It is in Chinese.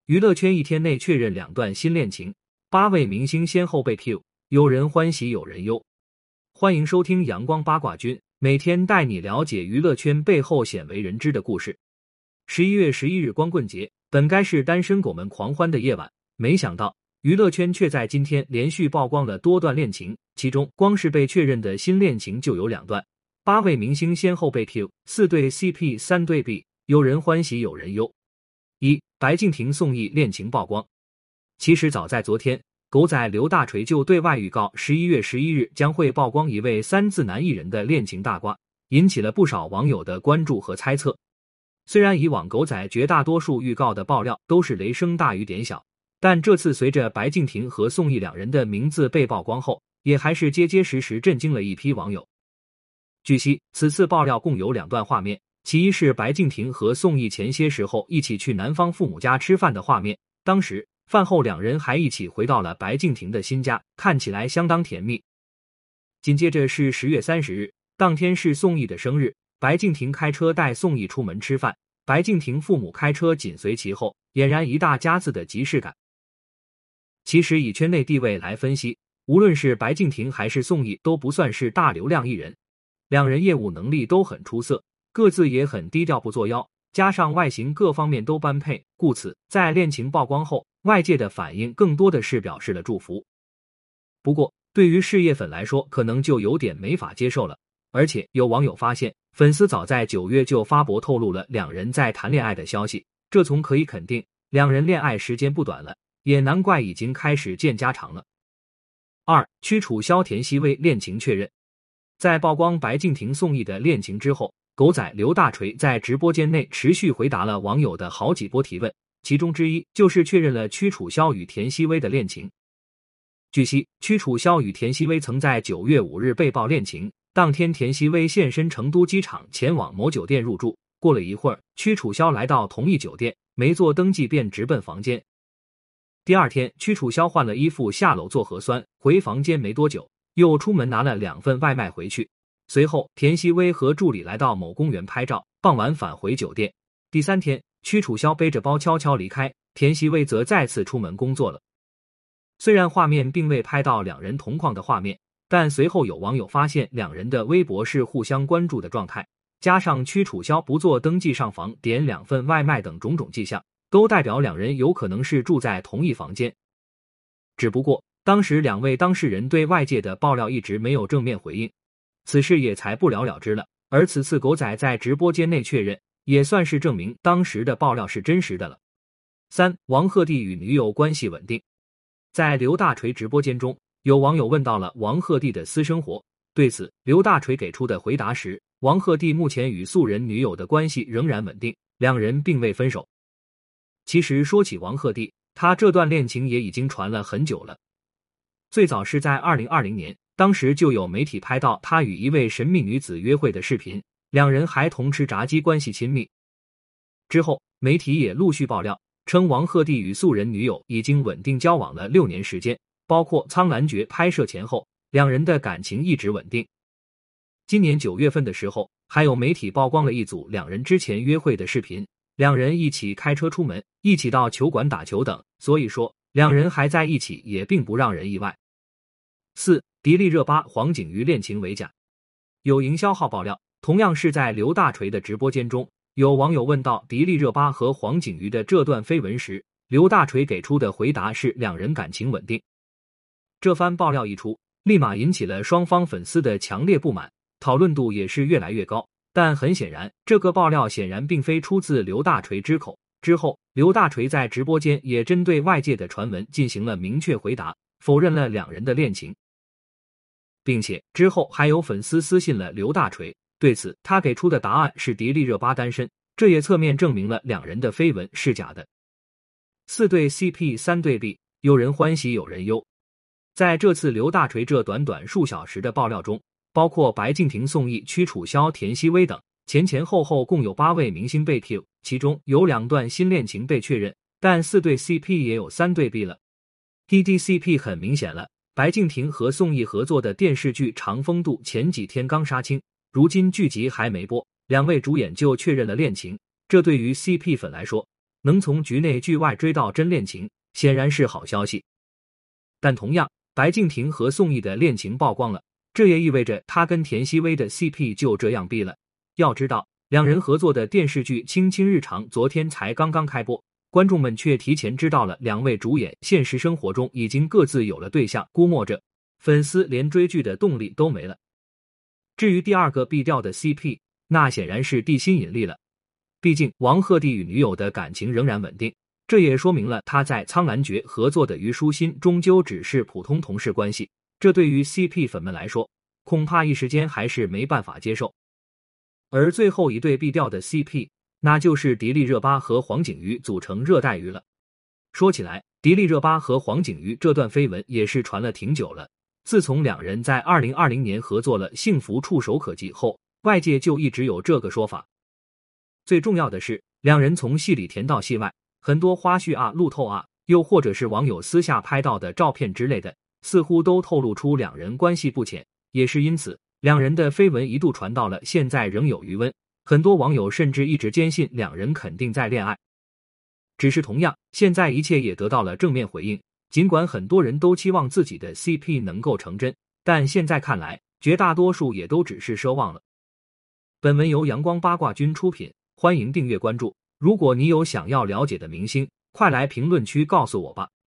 娱乐圈一天内确认2段新恋情，8位明星先后被 Q， 有人欢喜有人忧。欢迎收听阳光八卦君，每天带你了解娱乐圈背后鲜为人知的故事。11月11日光棍节，本该是单身狗们狂欢的夜晚，没想到娱乐圈却在今天连续曝光了多段恋情，其中光是被确认的新恋情就有2段，8位明星先后被 Q， 4对 CP 3对 B， 有人欢喜有人忧。1. 白敬亭宋轶恋情曝光。其实早在昨天，狗仔刘大锤就对外预告11月11日将会曝光一位3字男艺人的恋情大瓜，引起了不少网友的关注和猜测。虽然以往狗仔绝大多数预告的爆料都是雷声大雨点小，但这次随着白敬亭和宋轶2人的名字被曝光后，也还是结结实实震惊了一批网友。据悉，此次爆料共有2段画面，其一是白敬亭和宋轶前些时候一起去男方父母家吃饭的画面，当时饭后2人还一起回到了白敬亭的新家，看起来相当甜蜜。紧接着是10月30日，当天是宋轶的生日，白敬亭开车带宋轶出门吃饭，白敬亭父母开车紧随其后，俨然一大家子的即视感。其实以圈内地位来分析，无论是白敬亭还是宋轶都不算是大流量艺人，2人业务能力都很出色，各自也很低调不作妖，加上外形各方面都般配，故此在恋情曝光后，外界的反应更多的是表示了祝福。不过对于事业粉来说，可能就有点没法接受了，而且有网友发现，粉丝早在9月就发博透露了2人在谈恋爱的消息，这从可以肯定2人恋爱时间不短了，也难怪已经开始见家长了。2. 屈楚萧田曦薇恋情确认。在曝光白敬亭宋轶的恋情之后，狗仔刘大锤在直播间内持续回答了网友的好几波提问，其中之一就是确认了屈楚萧与田曦薇的恋情。据悉，屈楚萧与田曦薇曾在9月5日被曝恋情，当天田曦薇现身成都机场前往某酒店入住，过了一会儿，屈楚萧来到同一酒店，没做登记便直奔房间。第二天，屈楚萧换了衣服下楼做核酸，回房间没多久，又出门拿了2份外卖回去。随后，田曦薇和助理来到某公园拍照，傍晚返回酒店。第3天，屈楚萧背着包悄悄离开，田曦薇则再次出门工作了。虽然画面并未拍到2人同框的画面，但随后有网友发现2人的微博是互相关注的状态，加上屈楚萧不做登记上房，点2份外卖等种种迹象，都代表2人有可能是住在同一房间。只不过当时2位当事人对外界的爆料一直没有正面回应，此事也才不了了之了。而此次狗仔在直播间内确认，也算是证明当时的爆料是真实的了。3. 王鹤棣与女友关系稳定。在刘大锤直播间中，有网友问到了王鹤棣的私生活，对此刘大锤给出的回答时，王鹤棣目前与素人女友的关系仍然稳定，2人并未分手。其实说起王鹤棣，他这段恋情也已经传了很久了，最早是在2020年，当时就有媒体拍到他与一位神秘女子约会的视频，2人还同吃炸鸡，关系亲密。之后媒体也陆续爆料称，王鹤棣与素人女友已经稳定交往了6年时间，包括苍兰诀拍摄前后，2人的感情一直稳定。今年9月份的时候，还有媒体曝光了一组2人之前约会的视频，2人一起开车出门，一起到球馆打球等，所以说2人还在一起也并不让人意外。4. 迪丽热巴黄景瑜恋情为假。有营销号爆料，同样是在刘大锤的直播间中，有网友问到迪丽热巴和黄景瑜的这段绯闻时，刘大锤给出的回答是2人感情稳定。这番爆料一出，立马引起了双方粉丝的强烈不满，讨论度也是越来越高。但很显然，这个爆料显然并非出自刘大锤之口。之后，刘大锤在直播间也针对外界的传闻进行了明确回答，否认了2人的恋情。并且之后还有粉丝私信了刘大锤，对此他给出的答案是迪丽热巴单身，这也侧面证明了2人的绯闻是假的。4对 CP 3对 B， 有人欢喜有人忧。在这次刘大锤这短短数小时的爆料中，包括白敬亭宋轶、屈楚萧田曦薇等，前前后后共有8位明星被 Q， 其中有2段新恋情被确认，但4对 CP 也有3对 B 了。DDCP 很明显了，白敬亭和宋轶合作的电视剧《长风渡》前几天刚杀青，如今剧集还没播，2位主演就确认了恋情，这对于 CP 粉来说， 能从局内局外追到真恋情，显然是好消息。但同样，白敬亭和宋轶的恋情曝光了，这也意味着他跟田曦薇的 CP 就这样毙了。要知道，两人合作的电视剧《卿卿日常》昨天才刚刚开播，观众们却提前知道了两位主演现实生活中已经各自有了对象，估摸着粉丝连追剧的动力都没了。至于第二个毙掉的 CP， 那显然是地心引力了。毕竟王鹤棣与女友的感情仍然稳定，这也说明了他在《苍兰诀》合作的虞书欣终究只是普通同事关系，这对于 CP 粉们来说，恐怕一时间还是没办法接受。而最后一对毙掉的 CP， 那就是迪丽热巴和黄景瑜组成热带鱼了。说起来，迪丽热巴和黄景瑜这段绯闻也是传了挺久了，自从两人在2020年合作了《幸福触手可及》后，外界就一直有这个说法。最重要的是，两人从戏里甜到戏外，很多花絮啊、路透啊，又或者是网友私下拍到的照片之类的，似乎都透露出两人关系不浅。也是因此，两人的绯闻一度传到了现在仍有余温，很多网友甚至一直坚信两人肯定在恋爱。只是同样，现在一切也得到了正面回应，尽管很多人都期望自己的 CP 能够成真，但现在看来，绝大多数也都只是奢望了。本文由阳光八卦君出品，欢迎订阅关注。如果你有想要了解的明星，快来评论区告诉我吧。